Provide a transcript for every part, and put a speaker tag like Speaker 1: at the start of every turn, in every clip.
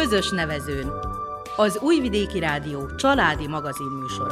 Speaker 1: közös nevezőn. Az Újvidéki Rádió családi magazinműsora.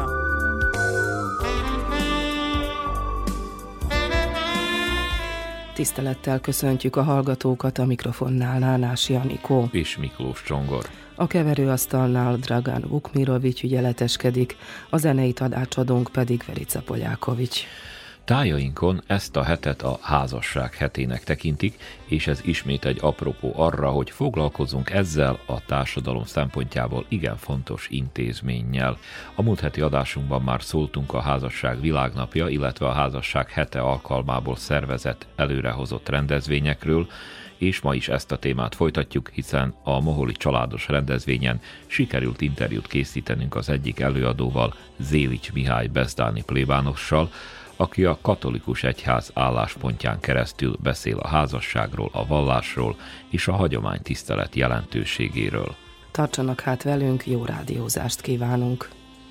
Speaker 2: Tisztelettel köszöntjük a hallgatókat, a mikrofonnál Nánási Anikó
Speaker 3: és Miklós Csongor.
Speaker 2: A keverőasztalnál Dragan Vukmirovics ügyeleteskedik, a zenei tanácsadónk pedig Verica Polyákovics.
Speaker 3: Tájainkon ezt a hetet a házasság hetének tekintik, és ez ismét egy apropó arra, hogy foglalkozunk ezzel a társadalom szempontjából igen fontos intézménnyel. A múlt heti adásunkban már szóltunk a házasság világnapja, illetve a házasság hete alkalmából szervezett előrehozott rendezvényekről, és ma is ezt a témát folytatjuk, hiszen a moholi családos rendezvényen sikerült interjút készítenünk az egyik előadóval, Zélics Mihály bezdáni plébánossal, aki a katolikus egyház álláspontján keresztül beszél a házasságról, a vallásról és a hagyománytisztelet jelentőségéről.
Speaker 2: Tartsanak hát velünk, jó rádiózást kívánunk!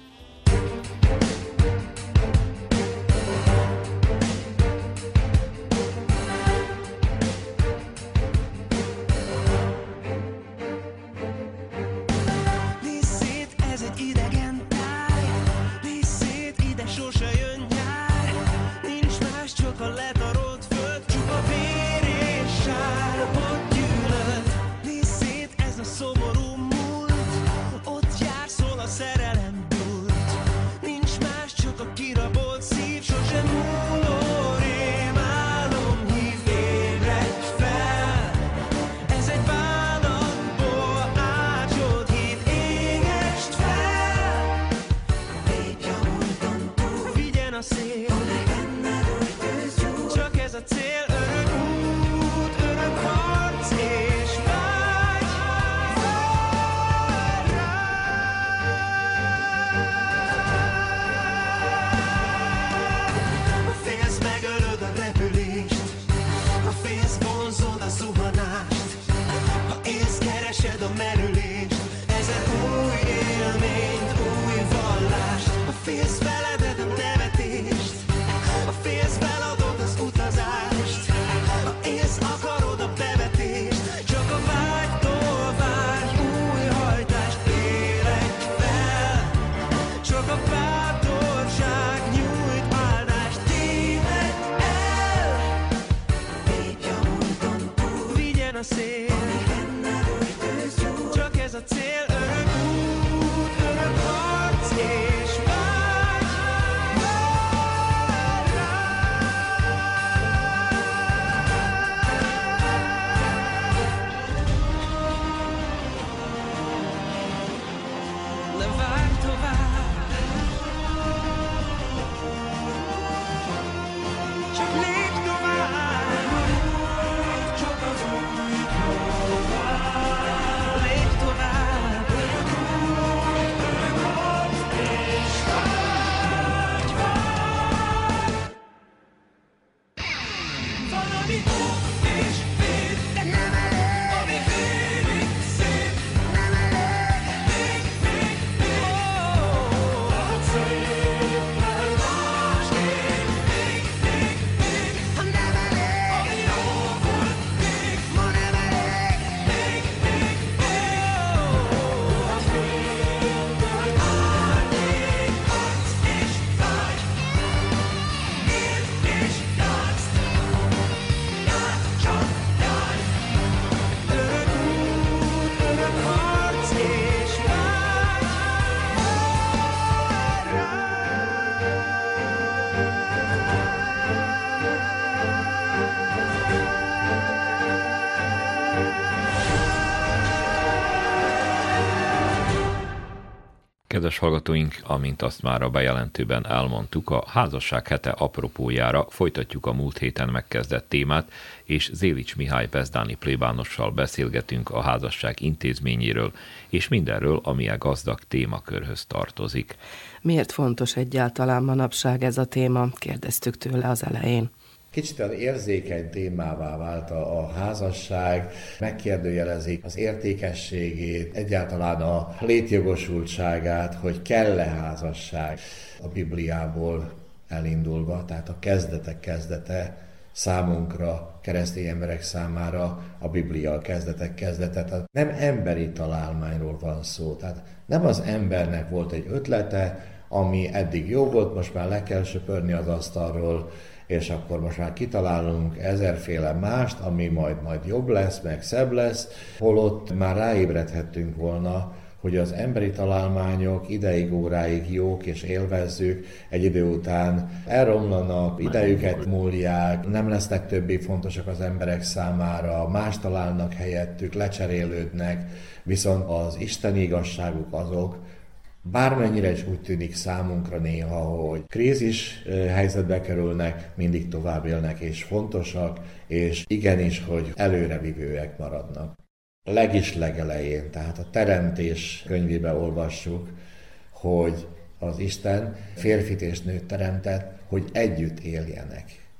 Speaker 3: Kedves hallgatóink, amint azt már a bejelentőben elmondtuk, a házasság hete apropójára folytatjuk a múlt héten megkezdett témát, és Zélics Mihály bezdáni plébánossal beszélgetünk a házasság intézményéről, és mindenről, ami a gazdag témakörhöz tartozik.
Speaker 2: Miért fontos egyáltalán manapság ez a téma? Kérdeztük tőle az elején.
Speaker 4: Kicsit az érzékeny témává vált a házasság, megkérdőjelezik az értékességét, egyáltalán a létjogosultságát, hogy kell-e házasság a Bibliából elindulva, tehát a kezdetek kezdete számunkra, keresztény emberek számára a Biblia a kezdetek kezdete. Tehát nem emberi találmányról van szó. Tehát nem az embernek volt egy ötlete, ami eddig jó volt, most már le kell söpörni az asztalról, és akkor most már kitalálunk ezerféle mást, ami majd jobb lesz, meg szebb lesz, holott már ráébredhettünk volna, hogy az emberi találmányok ideig, óráig jók és élvezzük, egy idő után elromlanak, idejüket múlják, nem lesznek többé fontosak az emberek számára, más találnak helyettük, lecserélődnek, viszont az isteni igazságuk azok, bármennyire is úgy tűnik számunkra néha, hogy krízis helyzetbe kerülnek, mindig tovább élnek és fontosak, és igenis, hogy előrevivőek maradnak. Legelején, tehát a Teremtés könyvében olvassuk, hogy az Isten férfit és nőt teremtett, hogy együtt éljenek.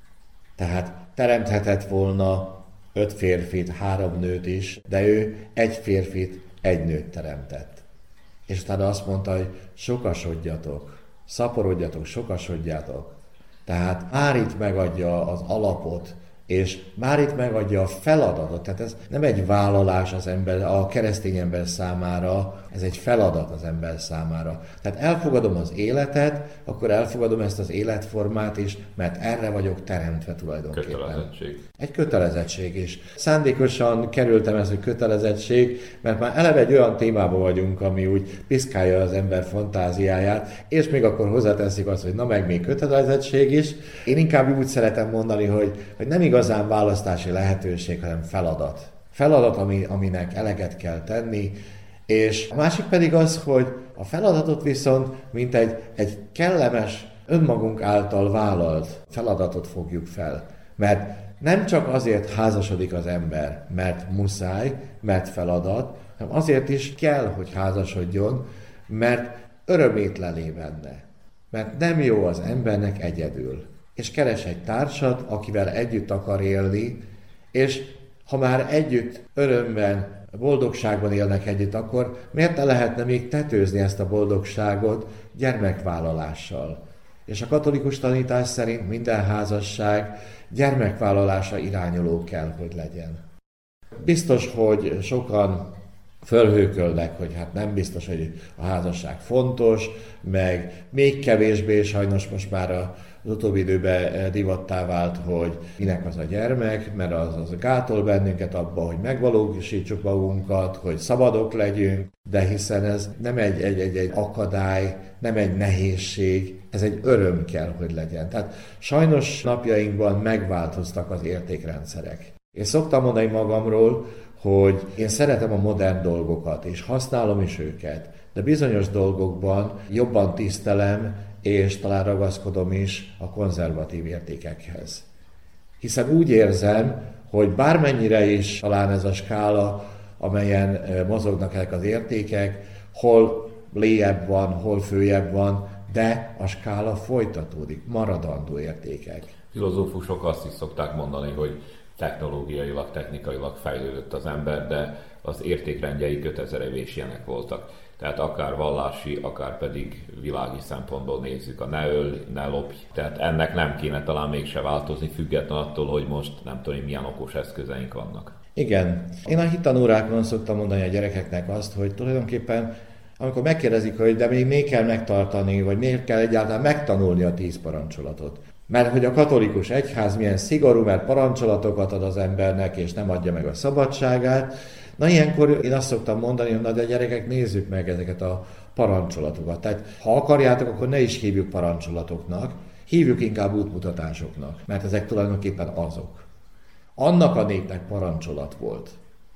Speaker 4: Tehát teremthetett volna 5 férfit, 3 nőt is, de ő egy férfit, egy nőt teremtett. És utána azt mondta, hogy sokasodjatok, szaporodjatok, sokasodjatok. Tehát már itt megadja az alapot, és már itt megadja a feladatot. Tehát ez nem egy vállalás az ember, a keresztény ember számára, ez egy feladat az ember számára. Tehát elfogadom az életet, akkor elfogadom ezt az életformát is, mert erre vagyok teremtve tulajdonképpen.
Speaker 3: Kötelezettség.
Speaker 4: Egy kötelezettség is. Szándékosan kerültem ezt, hogy kötelezettség, mert már eleve egy olyan témában vagyunk, ami úgy piszkálja az ember fantáziáját, és még akkor hozzáteszik azt, hogy na meg még kötelezettség is. Én inkább úgy szeretem mondani, hogy nem igazán választási lehetőség, hanem feladat. Feladat, aminek eleget kell tenni, és a másik pedig az, hogy a feladatot viszont, mint egy kellemes, önmagunk által vállalt feladatot fogjuk fel. Mert nem csak azért házasodik az ember, mert muszáj, mert feladat, hanem azért is kell, hogy házasodjon, mert örömét lelé benne. Mert nem jó az embernek egyedül. És keres egy társat, akivel együtt akar élni, és ha már együtt örömben, boldogságban élnek együtt, akkor miért ne lehetne még tetőzni ezt a boldogságot gyermekvállalással? És a katolikus tanítás szerint minden házasság gyermekvállalása irányuló kell, hogy legyen. Biztos, hogy sokan fölhőkölnek, hogy hát nem biztos, hogy a házasság fontos, meg még kevésbé sajnos most már az utóbbi időben divattá vált, hogy minek az a gyermek, mert az gátol bennünket abba, hogy megvalósítsuk magunkat, hogy szabadok legyünk, de hiszen ez nem egy akadály, nem egy nehézség, ez egy öröm kell, hogy legyen. Tehát sajnos napjainkban megváltoztak az értékrendszerek. Én szoktam mondani magamról, hogy én szeretem a modern dolgokat, és használom is őket, de bizonyos dolgokban jobban tisztelem, és talán ragaszkodom is a konzervatív értékekhez. Hiszen úgy érzem, hogy bármennyire is talán ez a skála, amelyen mozognak ezek az értékek, hol léjebb van, hol följebb van, de a skála folytatódik, maradandó értékek.
Speaker 3: Filozófusok azt is szokták mondani, hogy technológiailag, technikailag fejlődött az ember, de az értékrendjei 5000 évés ilyenek voltak. Tehát akár vallási, akár pedig világi szempontból nézzük, a ne öl, ne lopj. Tehát ennek nem kéne talán mégse változni, független attól, hogy most nem tudom, milyen okos eszközeink vannak.
Speaker 4: Igen. Én a hittanórákon szoktam mondani a gyerekeknek azt, hogy tulajdonképpen amikor megkérdezik, hogy de még kell megtartani, vagy miért kell egyáltalán megtanulni a 10 parancsolatot. Mert hogy a katolikus egyház milyen szigorú, mert parancsolatokat ad az embernek, és nem adja meg a szabadságát. Na ilyenkor én azt szoktam mondani, hogy na de gyerekek, nézzük meg ezeket a parancsolatokat. Tehát ha akarjátok, akkor ne is hívjuk parancsolatoknak, hívjuk inkább útmutatásoknak, mert ezek tulajdonképpen azok. Annak a népnek parancsolat volt,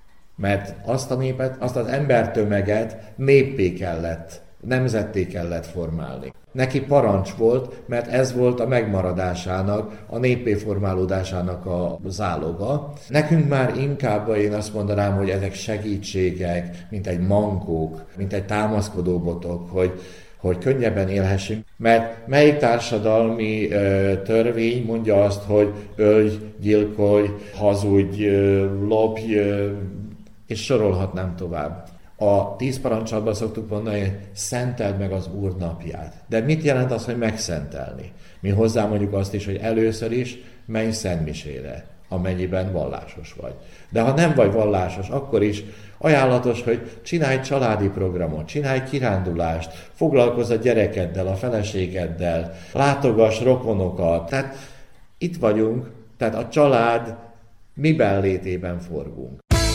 Speaker 4: mert azt a népet, azt az embertömeget néppé kellett, nemzetté kellett formálni. Neki parancs volt, mert ez volt a megmaradásának, a néppé formálódásának a záloga. Nekünk már inkább én azt mondanám, hogy ezek segítségek, mint egy mankók, mint egy támaszkodóbotok, hogy könnyebben élhessünk. Mert melyik társadalmi törvény mondja azt, hogy ölj, gyilkolj, hazudj, lopj, és sorolhatnám tovább. A 10 parancslatban szoktuk mondani, hogy szenteld meg az Úr napját. De mit jelent az, hogy megszentelni? Mi hozzá mondjuk azt is, hogy először is menj szentmisére, amennyiben vallásos vagy. De ha nem vagy vallásos, akkor is ajánlatos, hogy csinálj családi programot, csinálj kirándulást, foglalkozz a gyerekeddel, a feleségeddel, látogass rokonokat. Tehát itt vagyunk, tehát a család miben létében forgunk.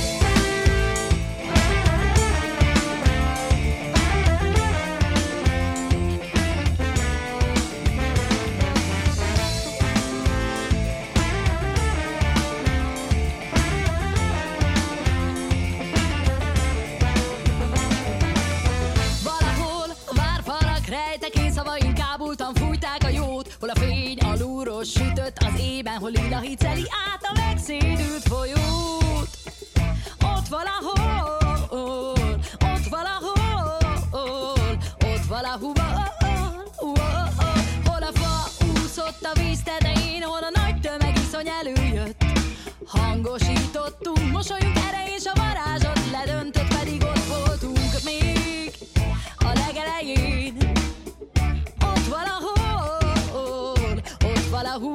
Speaker 5: Hol a fény alulról sütött az ében, hol lila hiceli át a megszédült folyót. Ott valahol, ott valahol, ott valahol, hol a fa úszott a víz tetején, hol a nagy tömeg iszony előjött. Hangosítottunk, mosolyunk erején, s a varázsot ledöntött, pedig ott voltunk még a legelején. Ott valahol, valahol,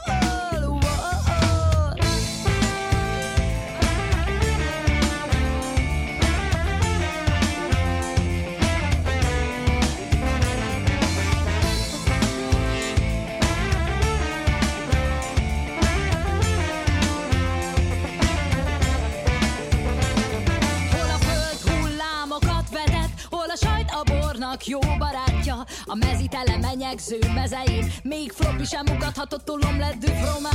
Speaker 5: jó barátja, a mezitele menyegző mezeim, még floppy sem ugathatott tollomleddű fromás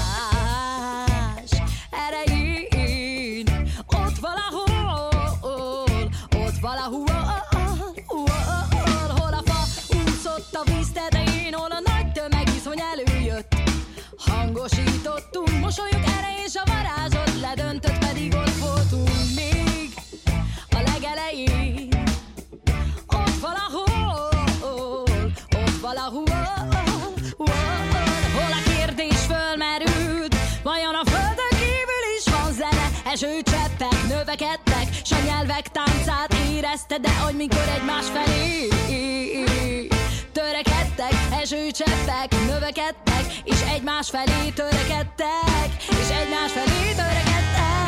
Speaker 5: erején. Ott valahol, ott valahol, hol a fa úszott a víz tetején, hol a nagy tömeg iszony előjött. Hangosítottunk, mosolyunk erején, s a varázsot ledöntött, pedig ott voltunk még a legelején. Ott valahol, ott valahol, hol a kérdés fölmerült, vajon a földön kívül is van zene? Esőcseppek növekedtek, s a nyelvek táncát érezte, de hogy mikor egymás felé törekedtek, esőcseppek növekedtek, és egymás felé törekedtek, és egymás felé törekedtek.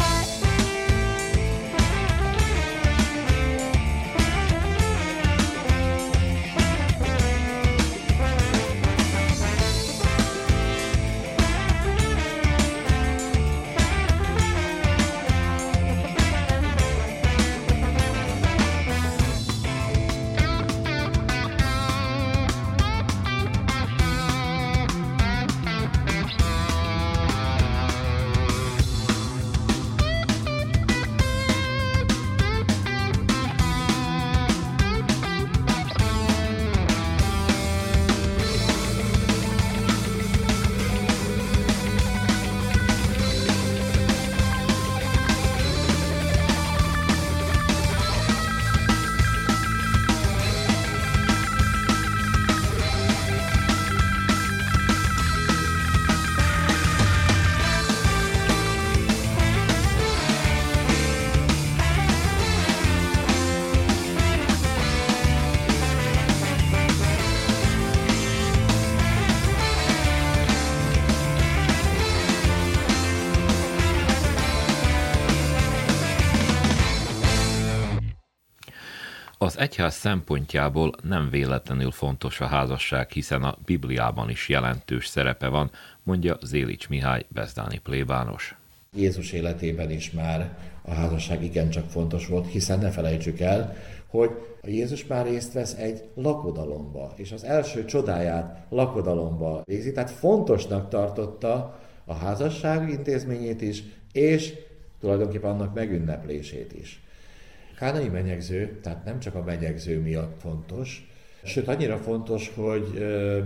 Speaker 3: Az egyház szempontjából nem véletlenül fontos a házasság, hiszen a Bibliában is jelentős szerepe van, mondja Zélics Mihály bezdáni plébános.
Speaker 4: Jézus életében is már a házasság igencsak fontos volt, hiszen ne felejtsük el, hogy a Jézus már részt vesz egy lakodalomba, és az első csodáját lakodalomba végzi, tehát fontosnak tartotta a házasság intézményét is, és tulajdonképpen annak megünneplését is. Kánai menyegző, tehát nem csak a menyegző miatt fontos, sőt annyira fontos, hogy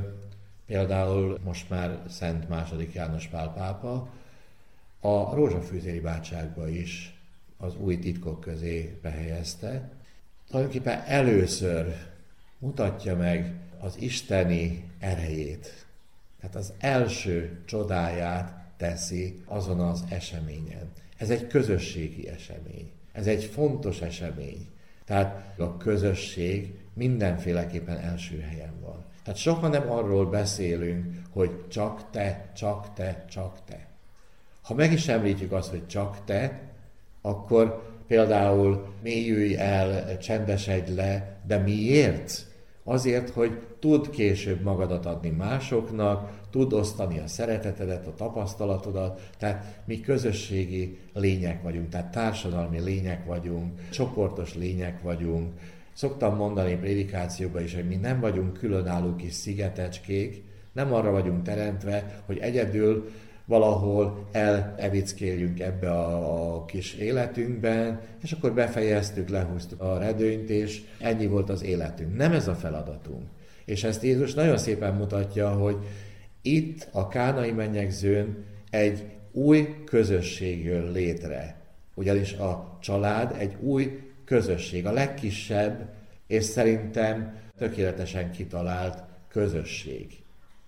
Speaker 4: például most már Szent II. János Pál pápa a rózsafűzéri bátságba is az új titkok közé behelyezte. Tulajdonképpen először mutatja meg az isteni erejét. Tehát az első csodáját teszi azon az eseményen. Ez egy közösségi esemény. Ez egy fontos esemény. Tehát a közösség mindenféleképpen első helyen van. Tehát soha nem arról beszélünk, hogy csak te, csak te, csak te. Ha meg is említjük azt, hogy csak te, akkor például mélyülj el, csendesedj le, de miért? Azért, hogy tudd később magadat adni másoknak, tudd osztani a szeretetedet, a tapasztalatodat, tehát mi közösségi lények vagyunk, tehát társadalmi lények vagyunk, csoportos lények vagyunk. Szoktam mondani prédikációban is, hogy mi nem vagyunk különálló kis szigetecskék, nem arra vagyunk teremtve, hogy egyedül valahol elevickéljünk ebbe a kis életünkben, és akkor befejeztük, lehúztuk a redőnyt, és ennyi volt az életünk. Nem ez a feladatunk. És ezt Jézus nagyon szépen mutatja, hogy itt a Kánai mennyegzőn egy új közösség jön létre. Ugyanis a család egy új közösség, a legkisebb, és szerintem tökéletesen kitalált közösség.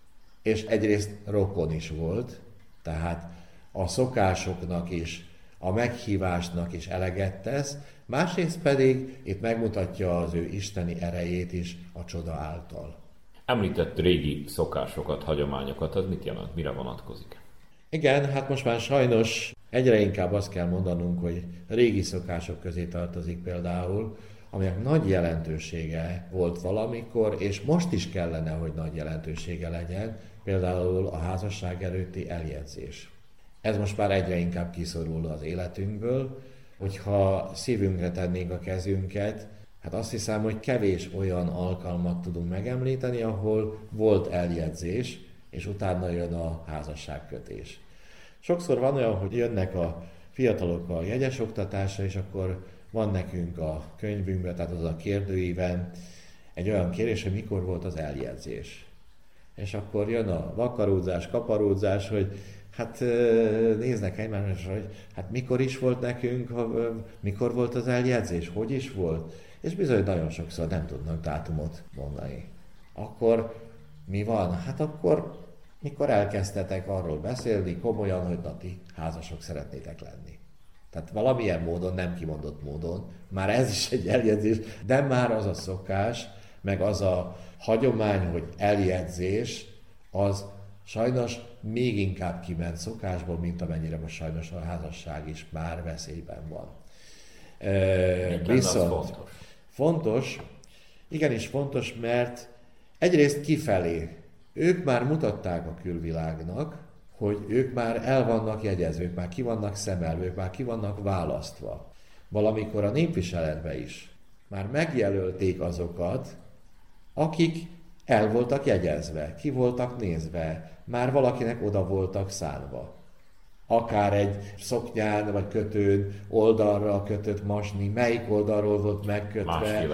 Speaker 4: És egyrészt rokon is volt, tehát a szokásoknak is, a meghívásnak is eleget tesz, másrészt pedig itt megmutatja az ő isteni erejét is a csoda által.
Speaker 3: Említett régi szokásokat, hagyományokat, az mit jelent, mire vonatkozik?
Speaker 4: Igen, hát most már sajnos egyre inkább azt kell mondanunk, hogy régi szokások közé tartozik például, aminek nagy jelentősége volt valamikor, és most is kellene, hogy nagy jelentősége legyen, például a házasság előtti eljegyzés. Ez most már egyre inkább kiszorul az életünkből, hogyha szívünkre tennénk a kezünket, hát azt hiszem, hogy kevés olyan alkalmat tudunk megemlíteni, ahol volt eljegyzés, és utána jön a házasságkötés. Sokszor van olyan, hogy jönnek a fiatalokkal jegyes oktatásra, és akkor van nekünk a könyvünkben, tehát az a kérdőíven egy olyan kérés, hogy mikor volt az eljegyzés. És akkor jön a vakaródzás, kaparódzás, hogy hát néznek egymásra, hogy hát mikor is volt nekünk, mikor volt az eljegyzés, hogy is volt. És bizony nagyon sokszor nem tudnak dátumot mondani. Akkor mi van? Hát akkor, mikor elkezdtetek arról beszélni komolyan, hogy na ti házasok szeretnétek lenni. Tehát valamilyen módon, nem kimondott módon, már ez is egy eljegyzés, de már az a szokás, meg az a hagyomány, hogy eljegyzés, az sajnos még inkább kiment szokásból, mint amennyire most sajnos a házasság is már veszélyben van. Viszont fontos, igenis fontos, mert egyrészt kifelé ők már mutatták a külvilágnak, hogy ők már el vannak jegyezve, ők már ki vannak szemelve, ők már ki vannak választva. Valamikor a népviseletbe is már megjelölték azokat, akik el voltak jegyezve, ki voltak nézve, már valakinek oda voltak szánva. Akár egy szoknyán vagy kötőn oldalra kötött masni, melyik oldalról volt megkötve,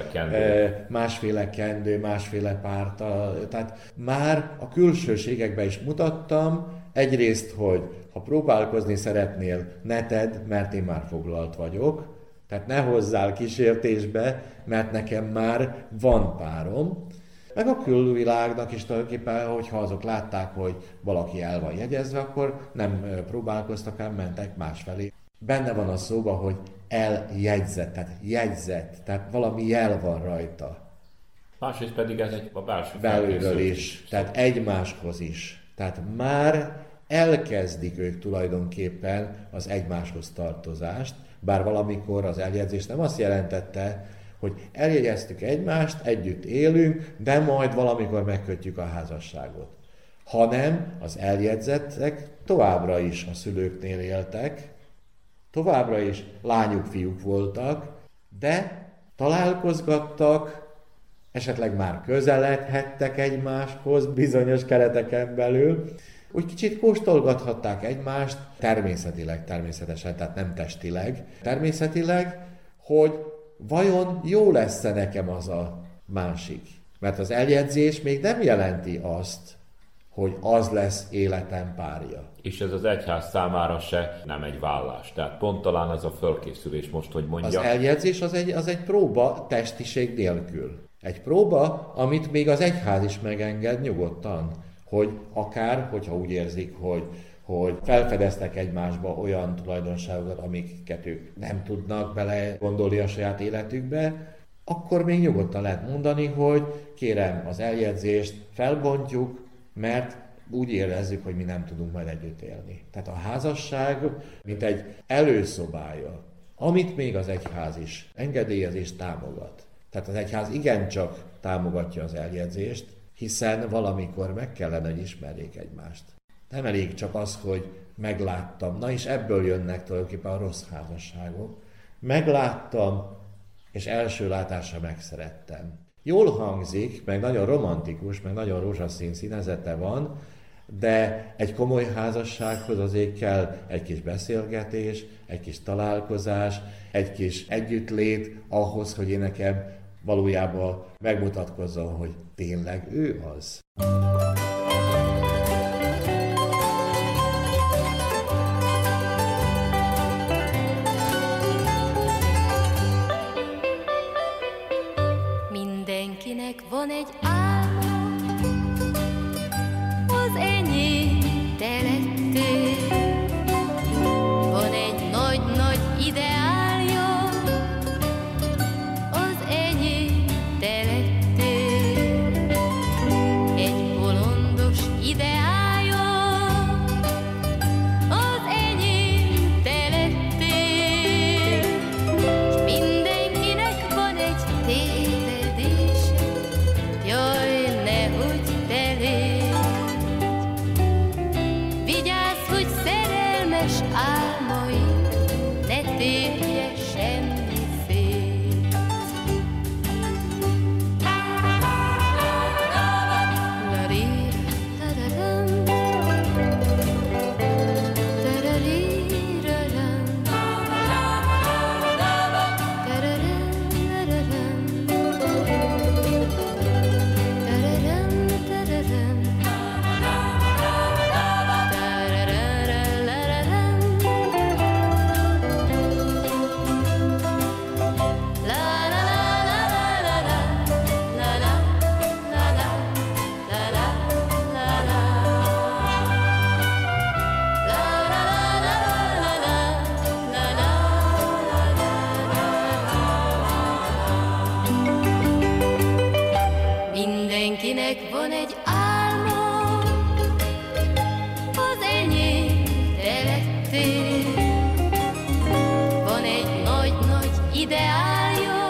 Speaker 4: másféle kendő, másféle párta. Tehát már a külsőségekben is mutattam, egyrészt, hogy ha próbálkozni szeretnél, ne tedd, mert én már foglalt vagyok, tehát ne hozzál kísértésbe, mert nekem már van párom. Meg a külvilágnak is tulajdonképpen, hogyha azok látták, hogy valaki el van jegyezve, akkor nem próbálkoztak, hanem mentek másfelé. Benne van a szóban, hogy eljegyzett, tehát jegyzett, tehát valami jel van rajta.
Speaker 3: Másrészt pedig ez egy a belső
Speaker 4: belülről is, tehát egymáshoz is. Tehát már elkezdik ők tulajdonképpen az egymáshoz tartozást, bár valamikor az eljegyzés nem azt jelentette, hogy eljegyeztük egymást, együtt élünk, de majd valamikor megkötjük a házasságot. Hanem az eljegyzettek továbbra is a szülőknél éltek, továbbra is lányuk, fiúk voltak, de találkozgattak, esetleg már közeledhettek egymáshoz bizonyos kereteken belül, úgy kicsit kóstolgathatták egymást, természetesen, tehát nem testileg, természetileg, hogy vajon jó lesz-e nekem az a másik? Mert az eljegyzés még nem jelenti azt, hogy az lesz életem párja.
Speaker 3: És ez az egyház számára se nem egy vállás. Tehát pont talán ez a fölkészülés most, hogy mondja.
Speaker 4: Az eljegyzés az egy próba testiség nélkül. Egy próba, amit még az egyház is megenged nyugodtan. Hogy akár, hogyha úgy érzik, hogy felfedeztek egymásba olyan tulajdonságokat, amiket ők nem tudnak bele gondolni a saját életükbe, akkor még nyugodtan lehet mondani, hogy kérem, az eljegyzést felbontjuk, mert úgy érezzük, hogy mi nem tudunk majd együtt élni. Tehát a házasság, mint egy előszobája, amit még az egyház is engedélyez és támogat. Tehát az egyház igencsak támogatja az eljegyzést, hiszen valamikor meg kellene, hogy ismerjék egymást. Nem elég csak az, hogy megláttam. Na és ebből jönnek tulajdonképpen a rossz házasságok. Megláttam, és első látásra megszerettem. Jól hangzik, meg nagyon romantikus, meg nagyon rózsaszín színezete van, de egy komoly házassághoz azért kell egy kis beszélgetés, egy kis találkozás, egy kis együttlét ahhoz, hogy én nekem valójában megmutatkozzon, hogy tényleg ő az.
Speaker 5: Mindenkinek van egy álma, az enyém te lettél. Van egy nagy-nagy ideálja, az enyém te lettél. Egy bolondos ideálja, az enyém te lettél. S mindenkinek van egy tévedése, jaj, nehogy te légy. Vigyázz, hogy szerelmes álmaim ne térje semmi szét. La-ri-ra-ra-ram, ta-ra-ri-ra-ram, ta-ra-ra-ra-ram, ta-ra-ram-ta-ra-ram, mindenkinek van egy álma, az enyém te lettél. Van egy nagy-nagy ideálja,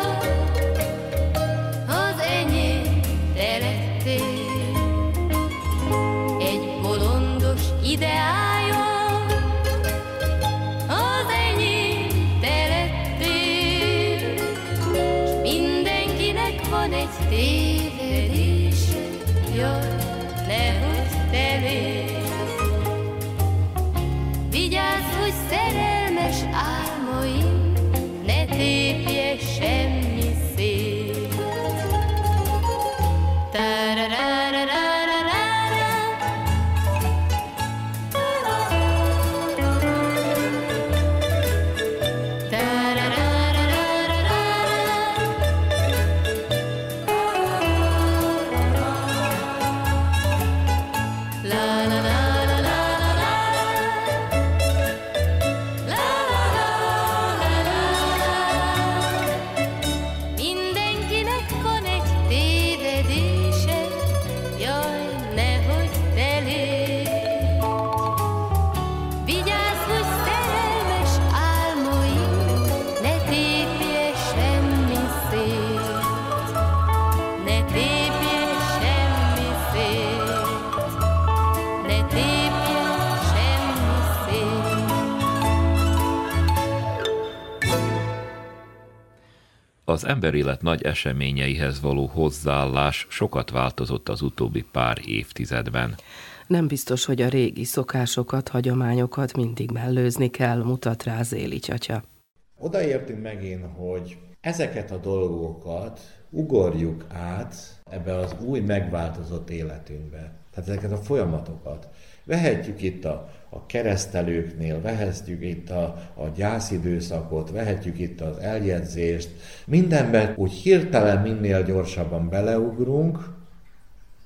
Speaker 5: az enyém te lettél. Egy bolondos ideálja, az enyém te lettél. S mindenkinek van egy tévedése, jaj, nehogy te légy. Vigyázz, hogy szerelmes álmaim ne tépje semmi szét. Ta-ra-ra-ra-ra-ra-ra, mindenkinek van egy tévedése, jaj, nehogy te légy. Vigyázz, hogy szerelmes álmaim ne tépje semmi szét. Ne tépje semmi szét. Ne tépje semmi szét.
Speaker 3: Az emberélet nagy eseményeihez való hozzáállás sokat változott az utóbbi pár évtizedben.
Speaker 2: Nem biztos, hogy a régi szokásokat, hagyományokat mindig mellőzni kell, mutat rá Zélics atya.
Speaker 4: Odaértünk megint, hogy ezeket a dolgokat ugorjuk át ebbe az új megváltozott életünkbe. Tehát ezeket a folyamatokat. Vehetjük itt a keresztelőknél, vehetjük itt a gyászidőszakot, vehetjük itt az eljegyzést. Mindenben úgy hirtelen minél gyorsabban beleugrunk,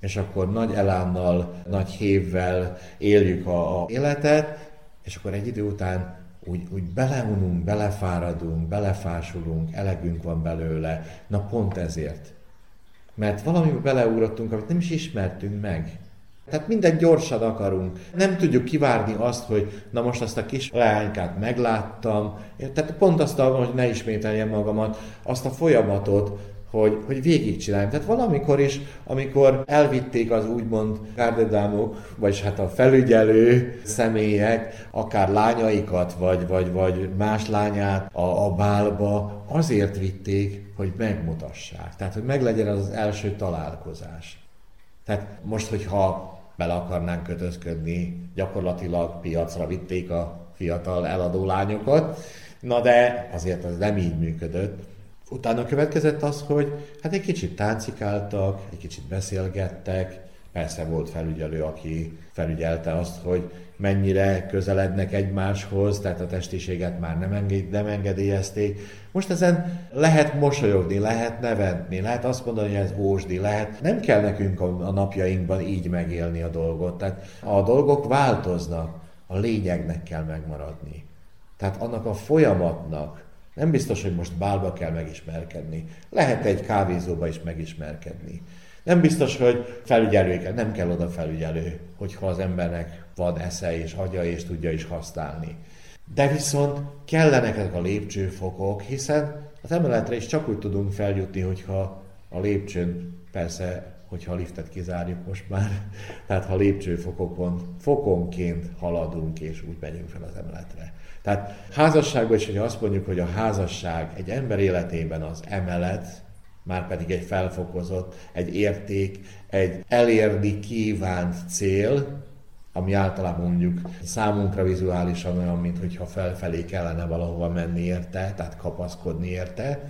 Speaker 4: és akkor nagy elánnal, nagy hévvel éljük a életet, és akkor egy idő után úgy beleununk, belefáradunk, belefásulunk, elegünk van belőle. Na pont ezért. Mert valamiben beleugrottunk, amit nem is ismertünk meg. Tehát mindent gyorsan akarunk. Nem tudjuk kivárni azt, hogy na most azt a kis leánykát megláttam. Tehát pont azt, hogy ne ismételjem magamat, azt a folyamatot, hogy végigcsináljam. Tehát valamikor is, amikor elvitték az úgymond gárdedámok, vagyis hát a felügyelő személyek, akár lányaikat, vagy más lányát a bálba, azért vitték, hogy megmutassák. Tehát, hogy meglegyen az első találkozás. Tehát most, hogyha bele akarnánk kötözködni, gyakorlatilag piacra vitték a fiatal eladó lányokat, na de azért az nem így működött. Utána következett az, hogy hát egy kicsit táncikáltak, egy kicsit beszélgettek, persze volt felügyelő, aki felügyelte azt, hogy mennyire közelednek egymáshoz, tehát a testiséget már nem engedélyezték. Most ezen lehet mosolyogni, lehet nevetni, lehet azt mondani, hogy ez ósdi, lehet. Nem kell nekünk a napjainkban így megélni a dolgot. Tehát a dolgok változnak, a lényegnek kell megmaradni. Tehát annak a folyamatnak nem biztos, hogy most bálba kell megismerkedni. Lehet egy kávézóba is megismerkedni. Nem biztos, hogy felügyelőkkel, nem kell oda felügyelő, hogyha az embernek van esze és agya és tudja is használni. De viszont kellenek ezek a lépcsőfokok, hiszen az emeletre is csak úgy tudunk feljutni, hogyha a lépcsőn, persze, hogyha a liftet kizárjuk most már, tehát ha lépcsőfokokon, fokonként haladunk és úgy megyünk fel az emeletre. Tehát házasságban is, hogyha azt mondjuk, hogy a házasság egy ember életében az emelet, már pedig egy felfokozott, egy érték, egy elérni kívánt cél, ami általában mondjuk számunkra vizuálisan olyan, mintha felfelé kellene valahova menni érte, tehát kapaszkodni érte,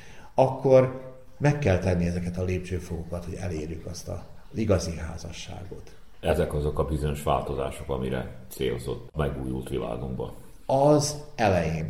Speaker 4: akkor meg kell tenni ezeket a lépcsőfokokat, hogy elérjük azt az igazi házasságot.
Speaker 3: Ezek azok a bizonyos változások, amire célzott megújult világunkban.
Speaker 4: Az elején.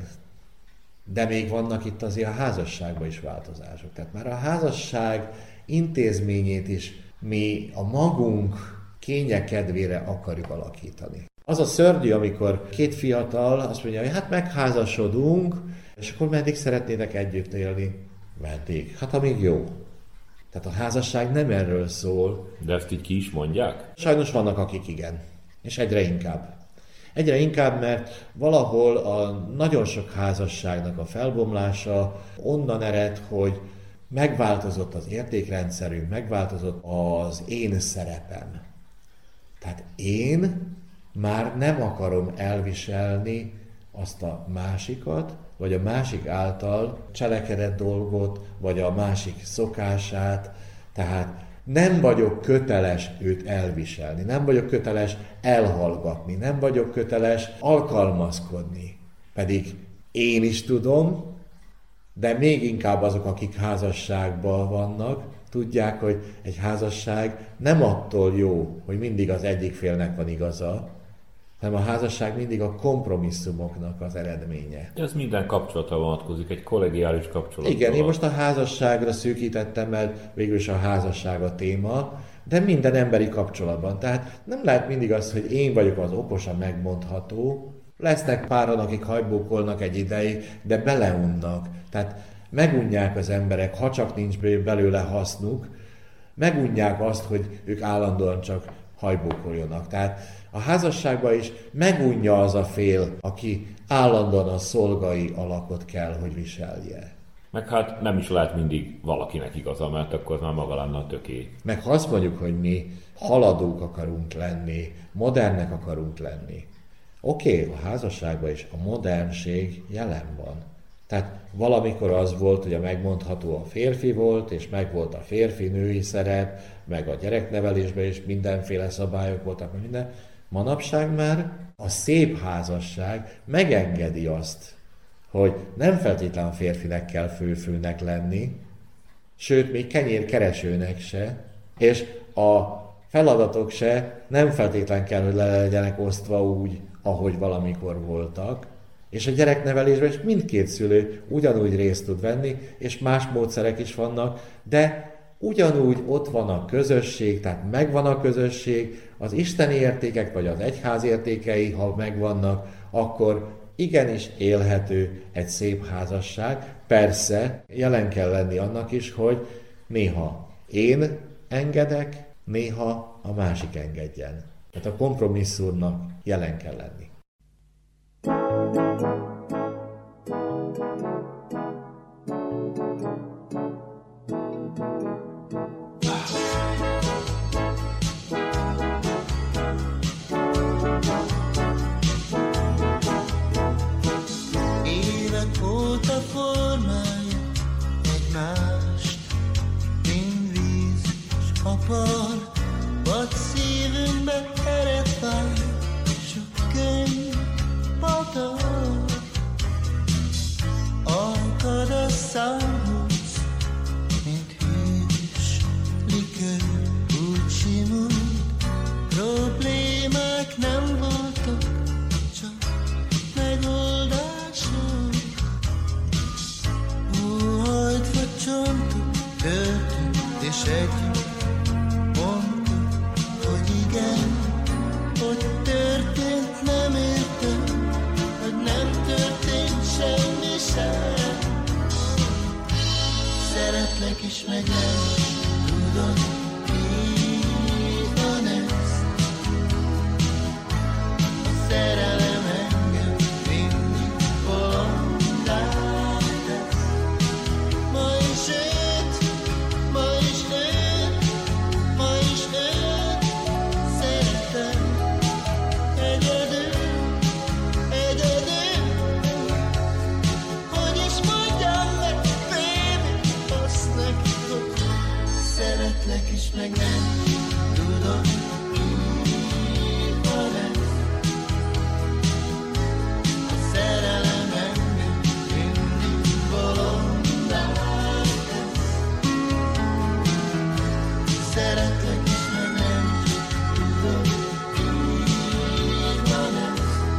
Speaker 4: De még vannak itt azért a házasságban is változások. Tehát már a házasság intézményét is mi a magunk kénye kedvére akarjuk alakítani. Az a szörnyű, amikor két fiatal azt mondja, hogy hát megházasodunk, és akkor meddig szeretnének együtt élni? Meddig? Hát amíg jó. Tehát a házasság nem erről szól.
Speaker 3: De ezt így ki is mondják?
Speaker 4: Sajnos vannak, akik igen. És egyre inkább. Egyre inkább, mert valahol a nagyon sok házasságnak a felbomlása onnan ered, hogy megváltozott az értékrendszerünk, megváltozott az én szerepem. Tehát én már nem akarom elviselni azt a másikat, vagy a másik által cselekedett dolgot, vagy a másik szokását, tehát nem vagyok köteles őt elviselni, nem vagyok köteles elhallgatni, nem vagyok köteles alkalmazkodni. Pedig én is tudom, de még inkább azok, akik házasságban vannak, tudják, hogy egy házasság nem attól jó, hogy mindig az egyik félnek van igaza, hanem a házasság mindig a kompromisszumoknak az eredménye.
Speaker 3: Ez minden kapcsolatra vonatkozik, egy kollegiális kapcsolatra.
Speaker 4: Igen, én most a házasságra szűkítettem, mert végül is a házasság a téma, de minden emberi kapcsolatban. Tehát nem lehet mindig az, hogy én vagyok az okosan megmondható, lesznek páran, akik hajbókolnak egy ideig, de beleunnak. Tehát megunják az emberek, ha csak nincs belőle hasznuk, megunják azt, hogy ők állandóan csak hajbókoljanak. Tehát a házasságban is megunja az a fél, aki állandóan a szolgai alakot kell, hogy viselje.
Speaker 3: Meg hát nem is lehet mindig valakinek igaza, mert akkor már maga lenne a töké.
Speaker 4: Meg ha azt mondjuk, hogy mi haladók akarunk lenni, modernek akarunk lenni. Oké, a házasságban is a modernség jelen van. Tehát valamikor az volt, hogy a megmondható a férfi volt, és meg volt a férfi-női szerep, meg a gyereknevelésben is mindenféle szabályok voltak, meg minden. Manapság már a szép házasság megengedi azt, hogy nem feltétlenül a férfinek kell főfőnek lenni, sőt, még kenyérkeresőnek se, és a feladatok se nem feltétlenül kell, hogy le legyenek osztva úgy, ahogy valamikor voltak, és a gyereknevelésben is mindkét szülő ugyanúgy részt tud venni, és más módszerek is vannak, de ugyanúgy ott van a közösség, tehát megvan a közösség, az isteni értékek vagy az egyház értékei, ha megvannak, akkor igenis élhető egy szép házasság. Persze jelen kell lenni annak is, hogy néha én engedek, néha a másik engedjen. Tehát a kompromisszumnak jelen kell lenni.
Speaker 6: Vagy szívünkbe ered fáj, sok könny motor. Akad a számhoz, mint hűs likőr, úgy simult. Problémák nem voltak, csak megoldások. Óhajtva csontok, történt és együtt. Hogy történt, nem értem, hogy nem történt semmi sem. Szeretlek is, meg nem is tudod, így van ez. A szerelem engem mindig bolondá tesz. Ma is őt, ma is őt, ma is őt szeretem. Szeretlek is, meg nem tudom, így van ez. A szerelem engem mindig bolondá tesz. Szeretlek is, meg nem tudom, így van ez.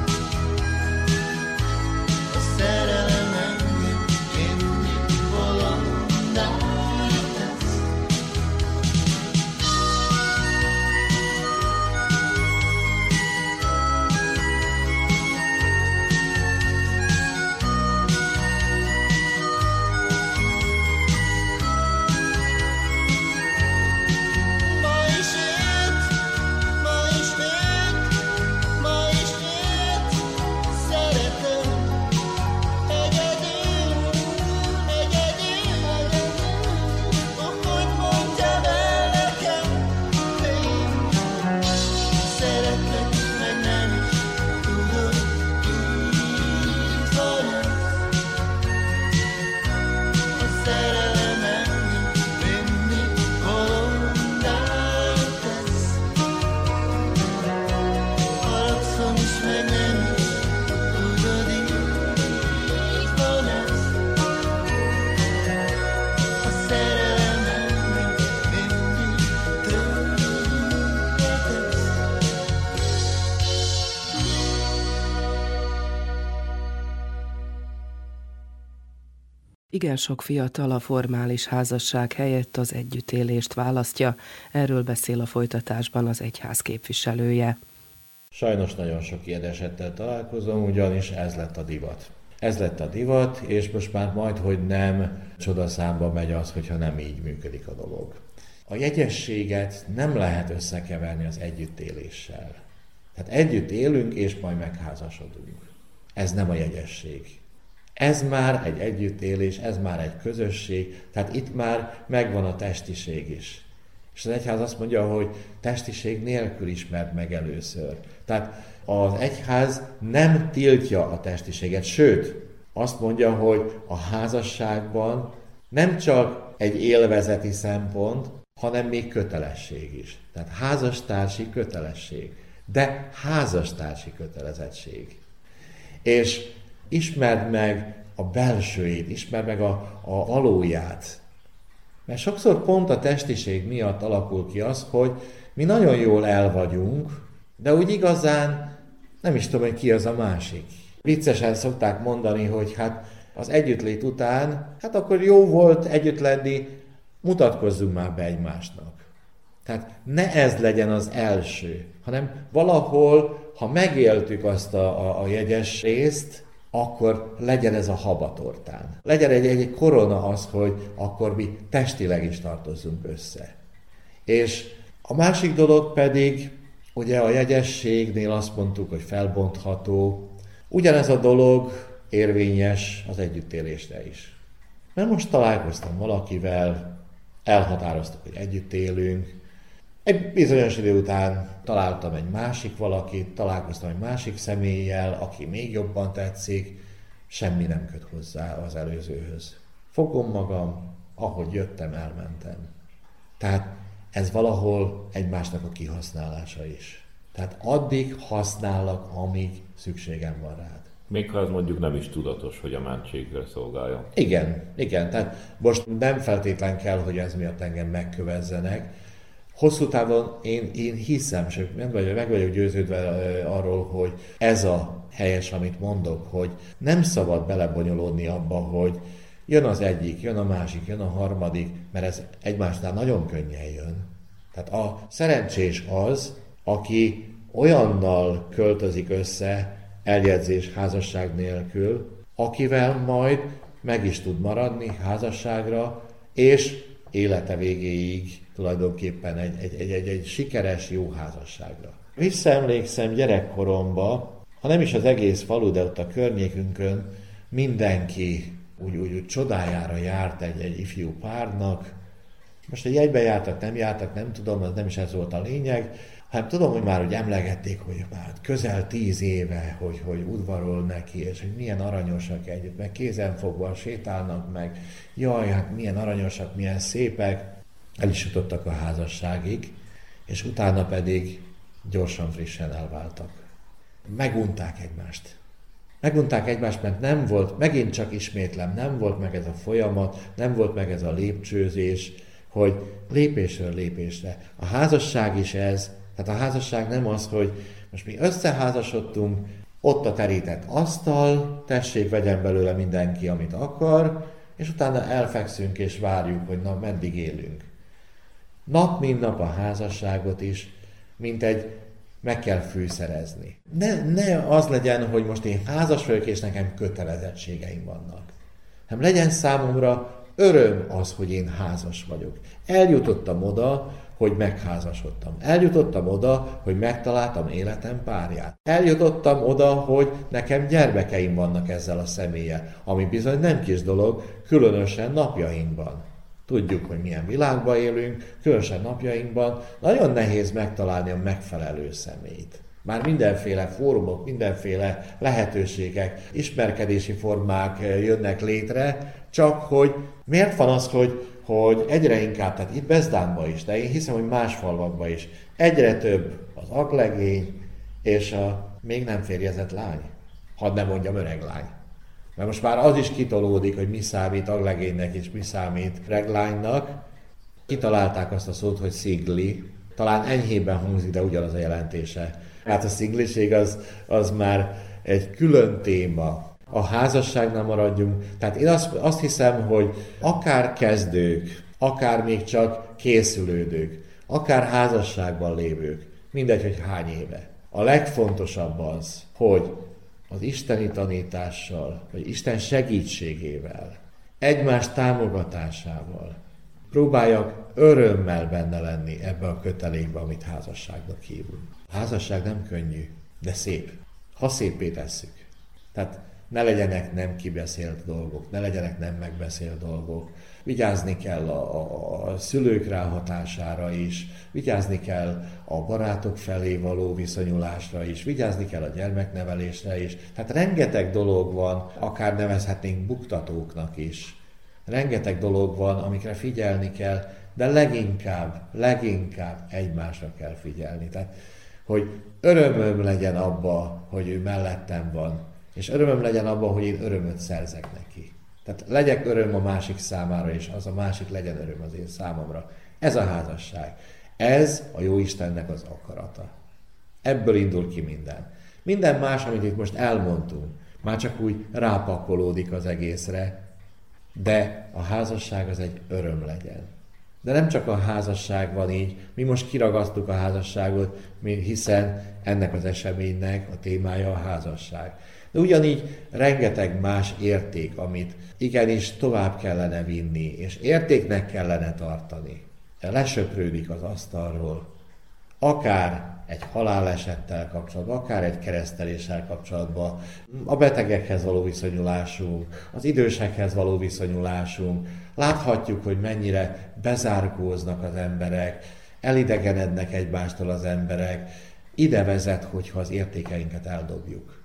Speaker 6: A szerelem engem mindig bolondá tesz.
Speaker 2: Igen sok fiatal a formális házasság helyett az együttélést választja, erről beszél a folytatásban az egyház képviselője.
Speaker 4: Sajnos nagyon sok ilyen esettel találkozom, ugyanis ez lett a divat. Ez lett a divat, és most már majdhogy nem csodaszámba megy az, hogyha nem így működik a dolog. A jegyességet nem lehet összekeverni az együttéléssel. Tehát együtt élünk, és majd megházasodunk. Ez nem a jegyesség. Ez már egy együttélés, ez már egy közösség, tehát itt már megvan a testiség is. És az egyház azt mondja, hogy testiség nélkül ismert meg először. Tehát az egyház nem tiltja a testiséget, sőt, azt mondja, hogy a házasságban nem csak egy élvezeti szempont, hanem még kötelesség is. Tehát házastársi kötelesség, de házastársi kötelezettség. És ismerd meg a belsőjét, ismerd meg a valóját. Mert sokszor pont a testiség miatt alakul ki az, hogy mi nagyon jól el vagyunk, de úgy igazán nem is tudom, hogy ki az a másik. Viccesen szokták mondani, hogy hát az együttlét után, hát akkor jó volt együtt lenni, mutatkozzunk már be egymásnak. Tehát ne ez legyen az első, hanem valahol, ha megéltük azt a jegyes részt, akkor legyen ez a habatortán. Legyen egy korona az, hogy akkor mi testileg is tartozzunk össze. És a másik dolog pedig, ugye a jegyességnél azt mondtuk, hogy felbontható, ugyanez a dolog érvényes az együttélésre is. Mert most találkoztam valakivel, elhatároztuk, hogy együtt élünk, egy bizonyos idő után találtam egy másik valakit, találkoztam egy másik személlyel, aki még jobban tetszik, semmi nem köt hozzá az előzőhöz. Fogom magam, ahogy jöttem, elmentem. Tehát ez valahol egymásnak a kihasználása is. Tehát addig használok, amíg szükségem van rád.
Speaker 3: Még ha ez mondjuk nem is tudatos, hogy a mentségre szolgáljon.
Speaker 4: Igen. Tehát most nem feltétlen kell, hogy ez miatt engem megkövezzenek. Hosszú távon én hiszem, sőt meg vagyok győződve arról, hogy ez a helyes, amit mondok, hogy nem szabad belebonyolódni abba, hogy jön az egyik, jön a másik, jön a harmadik, mert ez egymásnál nagyon könnyen jön. Tehát a szerencsés az, aki olyannal költözik össze eljegyzés házasság nélkül, akivel majd meg is tud maradni házasságra, és élete végéig tulajdonképpen egy sikeres, jó házasságra. Visszaemlékszem gyerekkoromba, ha nem is az egész falu, de ott a környékünkön mindenki úgy csodájára járt egy ifjú párnak. Most egy egyben jártak, nem tudom, az nem is ez volt a lényeg, hanem tudom, hogy már úgy emlegették, hogy már közel 10 éve, hogy udvarol neki, és hogy milyen aranyosak együtt, meg kézenfogva sétálnak meg, jaj, hát milyen aranyosak, milyen szépek. El is jutottak a házasságig, és utána pedig gyorsan, frissen elváltak. Megunták egymást, mert nem volt, megint csak ismétlem, nem volt meg ez a folyamat, nem volt meg ez a lépcsőzés, hogy lépésről lépésre. A házasság is ez, tehát a házasság nem az, hogy most mi összeházasodtunk, ott a terített asztal, tessék, vegyen belőle mindenki, amit akar, és utána elfekszünk és várjuk, hogy na, meddig élünk. Nap mint nap a házasságot is, mint egy meg kell fűszerezni. Ne az legyen, hogy most én házas vagyok, és nekem kötelezettségeim vannak. hanem legyen számomra öröm az, hogy én házas vagyok. Eljutottam oda, hogy megházasodtam. Eljutottam oda, hogy megtaláltam életem párját. Eljutottam oda, hogy nekem gyermekeim vannak ezzel a személlyel, ami bizony nem kis dolog, különösen napjainkban. Tudjuk, hogy milyen világban élünk, különösen napjainkban nagyon nehéz megtalálni a megfelelő személyt. Már mindenféle fórumok, mindenféle lehetőségek, ismerkedési formák jönnek létre, csak hogy miért van az, hogy egyre inkább, tehát itt Bezdánban is, de én hiszem, hogy más falvakban is, egyre több az aglegény és a még nem férjezett lány, hadd ne mondjam öreg lány. Mert most már az is kitolódik, hogy mi számít aglegénynek és mi számít reglánynak. Kitalálták azt a szót, hogy szingli. Talán enyhében hangzik, de ugyanaz a jelentése. Hát a szingliség az már egy külön téma. A házasságnál maradjunk. Tehát én azt hiszem, hogy akár kezdők, akár még csak készülődők, akár házasságban lévők, mindegy, hogy hány éve. A legfontosabb az, hogy az isteni tanítással, vagy Isten segítségével, egymás támogatásával próbáljak örömmel benne lenni ebbe a kötelékbe, amit házasságnak hívunk. A házasság nem könnyű, de szép, ha szépé tesszük. Tehát ne legyenek nem kibeszélt dolgok, ne legyenek nem megbeszélt dolgok. Vigyázni kell a szülők ráhatására is, vigyázni kell a barátok felé való viszonyulásra is, vigyázni kell a gyermeknevelésre is. Tehát rengeteg dolog van, akár nevezhetnénk buktatóknak is. Rengeteg dolog van, amikre figyelni kell, de leginkább egymásra kell figyelni. Tehát, hogy örömöm legyen abba, hogy ő mellettem van, és örömöm legyen abban, hogy én örömöt szerzek neki. Tehát legyek öröm a másik számára, és az a másik legyen öröm az én számomra. Ez a házasság. Ez a Jóistennek az akarata. Ebből indul ki minden. Minden más, amit itt most elmondtunk, már csak úgy rápakolódik az egészre, de a házasság az egy öröm legyen. De nem csak a házasság van így, mi most kiragasztuk a házasságot, hiszen ennek az eseménynek a témája a házasság. De ugyanígy rengeteg más érték, amit igenis tovább kellene vinni, és értéknek kellene tartani. Lesöprődik az asztalról, akár egy halálesettel kapcsolatban, akár egy kereszteléssel kapcsolatban, a betegekhez való viszonyulásunk, az idősekhez való viszonyulásunk. Láthatjuk, hogy mennyire bezárkóznak az emberek, elidegenednek egymástól az emberek. Ide vezet, hogyha az értékeinket eldobjuk.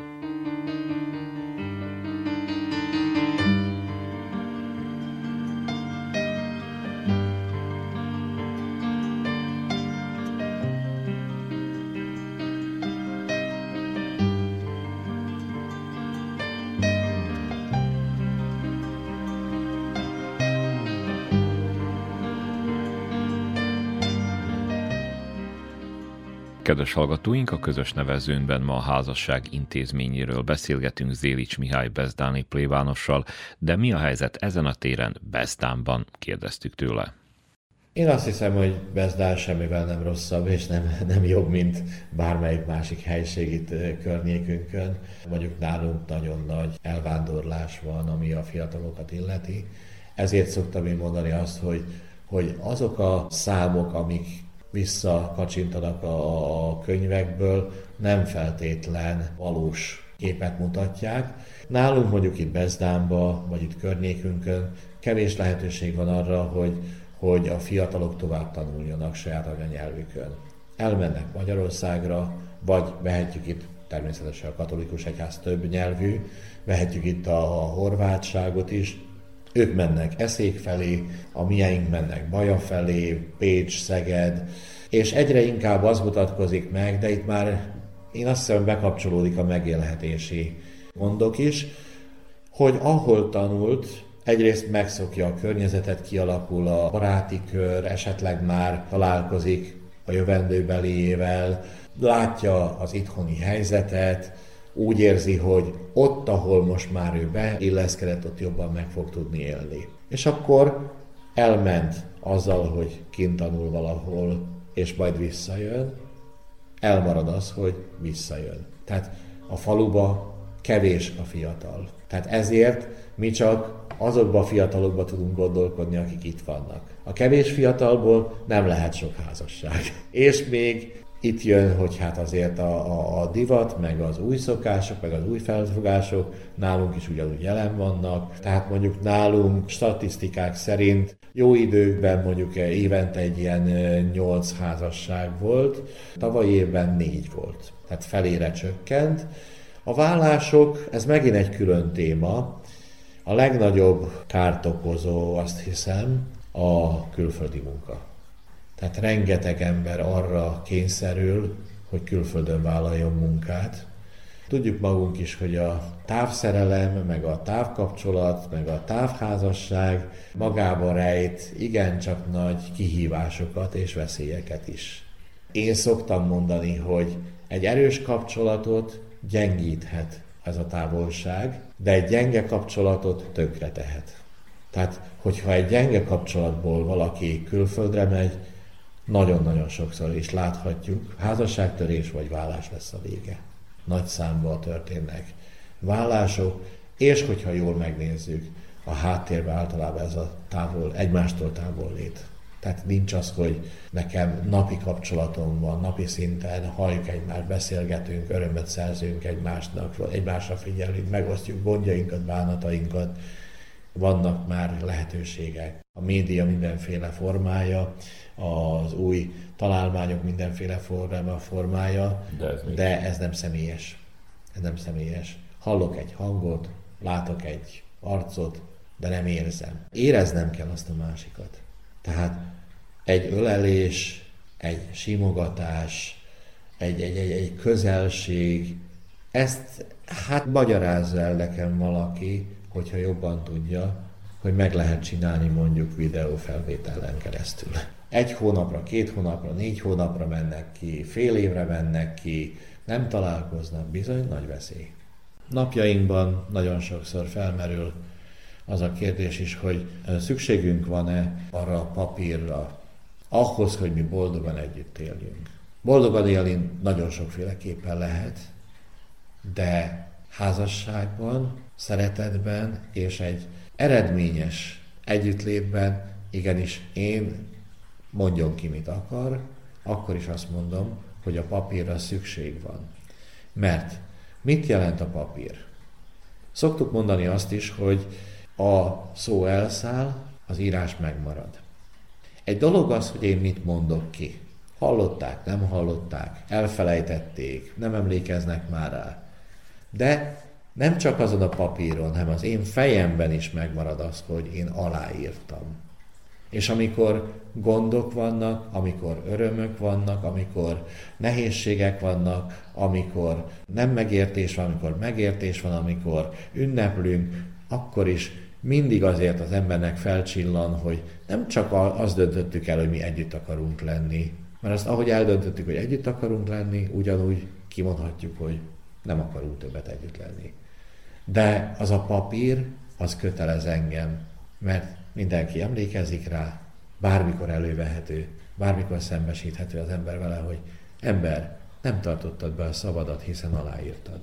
Speaker 3: Kedves hallgatóink, a közös nevezőnben ma a házasság intézményéről beszélgetünk Zélics Mihály bezdáni plébánossal, de mi a helyzet ezen a téren Bezdánban, kérdeztük tőle.
Speaker 4: Én azt hiszem, hogy Bezdán semmivel nem rosszabb, és nem jobb, mint bármelyik másik helység itt környékünkön. Mondjuk nálunk nagyon nagy elvándorlás van, ami a fiatalokat illeti. Ezért szoktam én mondani azt, hogy azok a számok, amik visszakacsintanak a könyvekből, nem feltétlen valós képet mutatják. Nálunk mondjuk itt Bezdánban, vagy itt környékünkön kevés lehetőség van arra, hogy a fiatalok tovább tanuljanak saját anyanyelvükön. Elmennek Magyarországra, vagy vehetjük itt természetesen a katolikus egyház több nyelvű, vehetjük itt a horvátságot is. Ők mennek Eszék felé, a miénk mennek Baja felé, Pécs, Szeged, és egyre inkább az mutatkozik meg, de itt már én azt hiszem bekapcsolódik a megélhetési gondok is, hogy ahol tanult, egyrészt megszokja a környezetet, kialakul a baráti kör, esetleg már találkozik a jövendőbeliével, látja az itthoni helyzetet, úgy érzi, hogy ott, ahol most már ő beilleszkedett, ott jobban meg fog tudni élni. És akkor elment azzal, hogy kint tanul valahol, és majd visszajön, elmarad az, hogy visszajön. Tehát a faluba kevés a fiatal. Tehát ezért mi csak azokba a fiatalokba tudunk gondolkodni, akik itt vannak. A kevés fiatalból nem lehet sok házasság. És még itt jön, hogy hát azért a divat, meg az új szokások, meg az új felfogások nálunk is ugyanúgy jelen vannak. Tehát mondjuk nálunk statisztikák szerint jó időkben mondjuk évente egy ilyen 8 házasság volt, tavalyi évben 4 volt. Tehát felére csökkent. A vállások, ez megint egy külön téma. A legnagyobb kárt okozó, azt hiszem, a külföldi munka. Tehát rengeteg ember arra kényszerül, hogy külföldön vállaljon munkát. Tudjuk magunk is, hogy a távszerelem, meg a távkapcsolat, meg a távházasság magában rejt igencsak nagy kihívásokat és veszélyeket is. Én szoktam mondani, hogy egy erős kapcsolatot gyengíthet ez a távolság, de egy gyenge kapcsolatot tönkre tehet. Tehát, hogyha egy gyenge kapcsolatból valaki külföldre megy, nagyon-nagyon sokszor is láthatjuk, házasságtörés vagy vállás lesz a vége. Nagy számban történnek vállások, és hogyha jól megnézzük, a háttérben általában ez a egymástól távol lét. Tehát nincs az, hogy nekem napi kapcsolatom van, napi szinten halljuk egymást, beszélgetünk, örömet szerzünk egymásnak, egymásra figyelünk, megosztjuk gondjainkat, bánatainkat. Vannak már lehetőségek. A média mindenféle formája, az új találmányok mindenféle formája, de ez nem személyes. Ez nem személyes. Hallok egy hangot, látok egy arcot, de nem érzem. Éreznem kell azt a másikat. Tehát egy ölelés, egy simogatás, egy közelség, ezt hát magyarázza el nekem valaki, hogyha jobban tudja, hogy meg lehet csinálni mondjuk videófelvételen keresztül. 1 hónapra, 2 hónapra, 4 hónapra mennek ki, fél évre mennek ki, nem találkoznak, bizony nagy veszély. Napjainkban nagyon sokszor felmerül az a kérdés is, hogy szükségünk van-e arra a papírra, ahhoz, hogy mi boldogan együtt éljünk. Boldogan élni nagyon sokféleképpen lehet, de házasságban, szeretetben és egy eredményes együttlétben igenis én, mondjon ki mit akar, akkor is azt mondom, hogy a papírra szükség van. Mert mit jelent a papír? Szoktuk mondani azt is, hogy a szó elszáll, az írás megmarad. Egy dolog az, hogy én mit mondok ki. Hallották, nem hallották, elfelejtették, nem emlékeznek már rá. De nem csak azon a papíron, hanem az én fejemben is megmarad az, hogy én aláírtam. És amikor gondok vannak, amikor örömök vannak, amikor nehézségek vannak, amikor nem megértés van, amikor megértés van, amikor ünneplünk, akkor is mindig azért az embernek felcsillan, hogy nem csak azt döntöttük el, hogy mi együtt akarunk lenni, mert azt, ahogy eldöntöttük, hogy együtt akarunk lenni, ugyanúgy kimondhatjuk, hogy nem akarunk többet együtt lenni. De az a papír, az kötelez engem, mert mindenki emlékezik rá, bármikor elővehető, bármikor szembesíthető az ember vele, hogy ember, nem tartottad be a szavadat, hiszen aláírtad.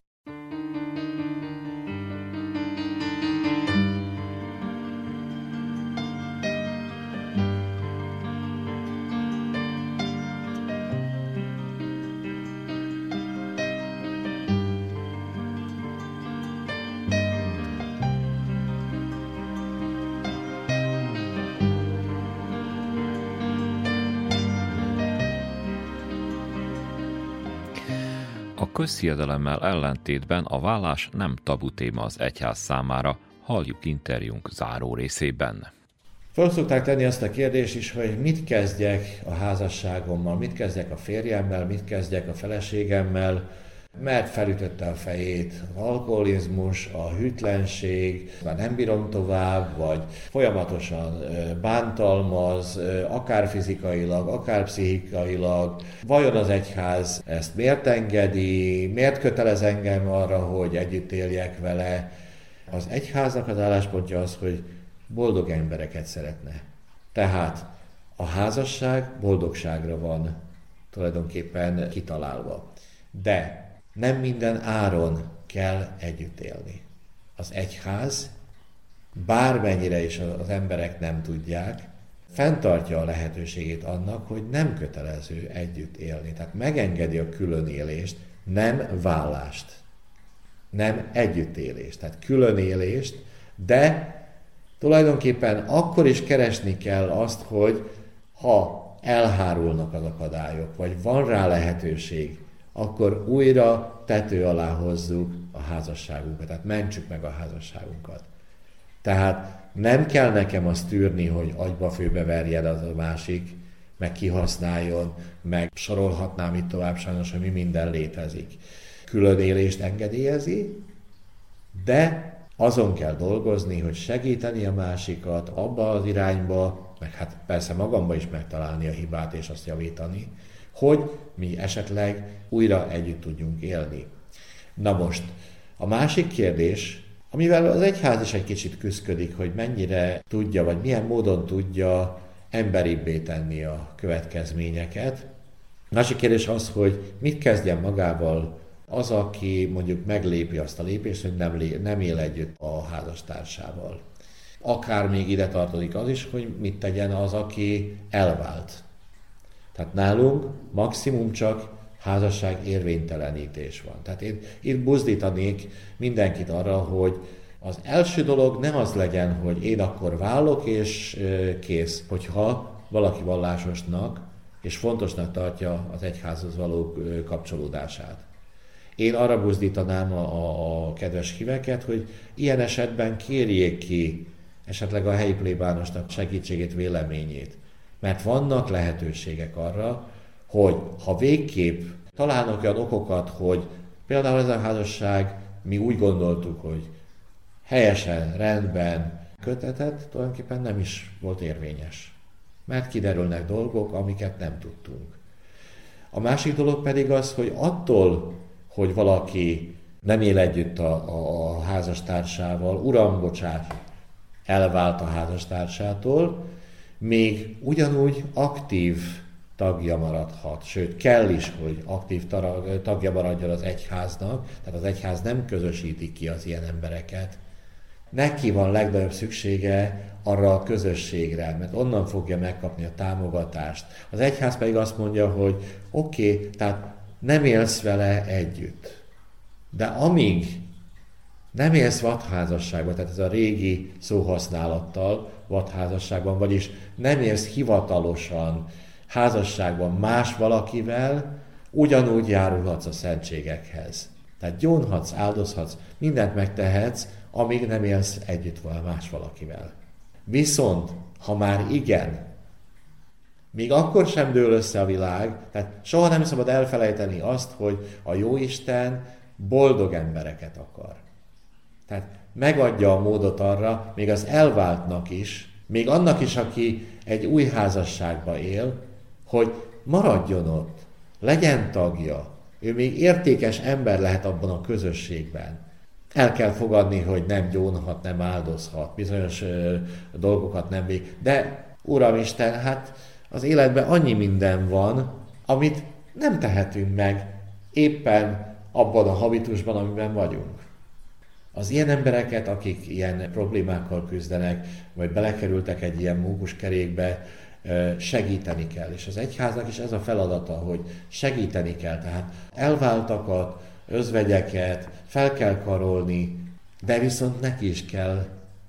Speaker 3: Közhiedelemmel ellentétben a vállás nem tabu téma az egyház számára, halljuk interjúnk záró részében.
Speaker 4: Föl szokták tenni azt a kérdést is, hogy mit kezdjek a házasságommal, mit kezdjek a férjemmel, mit kezdjek a feleségemmel, mert felütötte a fejét az alkoholizmus, a hűtlenség, már nem bírom tovább, vagy folyamatosan bántalmaz, akár fizikailag, akár pszichikailag. Vajon az egyház ezt miért engedi, miért kötelez engem arra, hogy együtt éljek vele? Az egyháznak az álláspontja az, hogy boldog embereket szeretne. Tehát a házasság boldogságra van tulajdonképpen kitalálva. De nem minden áron kell együtt élni. Az egyház, bármennyire is az emberek nem tudják, fenntartja a lehetőségét annak, hogy nem kötelező együtt élni. Tehát megengedi a különélést, nem vállást, nem együttélést, tehát különélést, de tulajdonképpen akkor is keresni kell azt, hogy ha elhárulnak az akadályok, vagy van rá lehetőség, akkor újra tető alá hozzuk a házasságunkat, tehát mentsük meg a házasságunkat. Tehát nem kell nekem azt tűrni, hogy agyba főbe verjed az a másik, meg kihasználjon, meg sorolhatnám itt tovább sajnos, hogy mi minden létezik. Különélést engedélyezi, de azon kell dolgozni, hogy segíteni a másikat abba az irányba, meg hát persze magamba is megtalálni a hibát és azt javítani, hogy mi esetleg újra együtt tudjunk élni. Na most, a másik kérdés, amivel az egyház is egy kicsit küszködik, hogy mennyire tudja, vagy milyen módon tudja emberibbé tenni a következményeket. A másik kérdés az, hogy mit kezdjen magával az, aki mondjuk meglépi azt a lépést, hogy nem él együtt a házastársával. Akár még ide tartozik az is, hogy mit tegyen az, aki elvált. Tehát nálunk maximum csak házasság érvénytelenítés van. Tehát én itt buzdítanék mindenkit arra, hogy az első dolog nem az legyen, hogy én akkor válok és kész, hogyha valaki vallásosnak és fontosnak tartja az egyházhoz való kapcsolódását. Én arra buzdítanám a kedves híveket, hogy ilyen esetben kérjék ki esetleg a helyi plébánosnak segítségét, véleményét. Mert vannak lehetőségek arra, hogy ha végképp találnak olyan okokat, hogy például ez a házasság, mi úgy gondoltuk, hogy helyesen, rendben kötetett, tulajdonképpen nem is volt érvényes. Mert kiderülnek dolgok, amiket nem tudtunk. A másik dolog pedig az, hogy attól, hogy valaki nem él együtt a házastársával, uram, bocsánat, elvált a házastársától, még ugyanúgy aktív tagja maradhat, sőt kell is, hogy aktív tagja maradjon az egyháznak, tehát az egyház nem közösíti ki az ilyen embereket. Neki van legnagyobb szüksége arra a közösségre, mert onnan fogja megkapni a támogatást. Az egyház pedig azt mondja, hogy oké, tehát nem élsz vele együtt. De amíg nem élsz vadházasságban, tehát ez a régi szóhasználattal vadházasságban, vagyis nem élsz hivatalosan házasságban más valakivel, ugyanúgy járulhatsz a szentségekhez. Tehát gyónhatsz, áldozhatsz, mindent megtehetsz, amíg nem élsz együtt más valakivel. Viszont, ha már igen, még akkor sem dől össze a világ, tehát soha nem szabad elfelejteni azt, hogy a Jóisten boldog embereket akar. Tehát megadja a módot arra, még az elváltnak is, még annak is, aki egy új házasságba él, hogy maradjon ott, legyen tagja, ő még értékes ember lehet abban a közösségben. El kell fogadni, hogy nem gyónhat, nem áldozhat, bizonyos dolgokat nem vég. De Uramisten, hát az életben annyi minden van, amit nem tehetünk meg éppen abban a habitusban, amiben vagyunk. Az ilyen embereket, akik ilyen problémákkal küzdenek, vagy belekerültek egy ilyen mókuskerékbe, segíteni kell. És az egyháznak is ez a feladata, hogy segíteni kell. Tehát elváltakat, özvegyeket fel kell karolni, de viszont neki is kell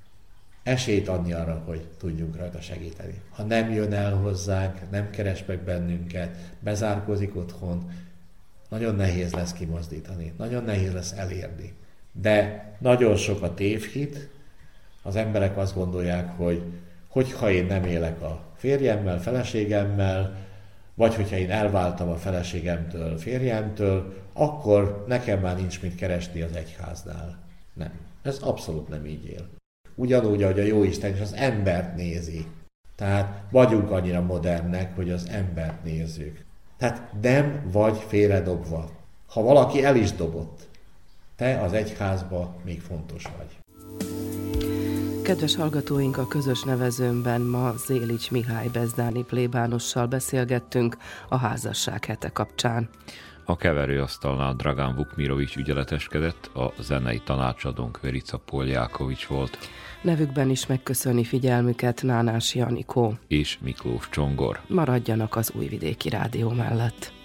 Speaker 4: esélyt adni arra, hogy tudjunk rajta segíteni. Ha nem jön el hozzánk, nem keres meg bennünket, bezárkózik otthon, nagyon nehéz lesz kimozdítani, nagyon nehéz lesz elérni. De nagyon sok a tévhit, az emberek azt gondolják, hogy ha én nem élek a férjemmel, feleségemmel, vagy hogyha én elváltam a feleségemtől, férjemtől, akkor nekem már nincs mit keresni az egyháznál. Nem, ez abszolút nem így él. Ugyanúgy, ahogy a Jóisten is az embert nézi. Tehát vagyunk annyira modernek, hogy az embert nézzük. Tehát nem vagy félredobva. Ha valaki el is dobott, te az egyházba még fontos vagy.
Speaker 2: Kedves hallgatóink, a közös nevezőmben ma Zélics Mihály bezdáni plébánossal beszélgettünk a házasság hete kapcsán.
Speaker 3: A keverőasztalnál Dragán Vukmirovics ügyeleteskedett, a zenei tanácsadónk Verica Poljákovics volt.
Speaker 2: Nevükben is megköszöni figyelmüket Nánás Janikó
Speaker 3: és Miklós Csongor.
Speaker 2: Maradjanak az Újvidéki Rádió mellett.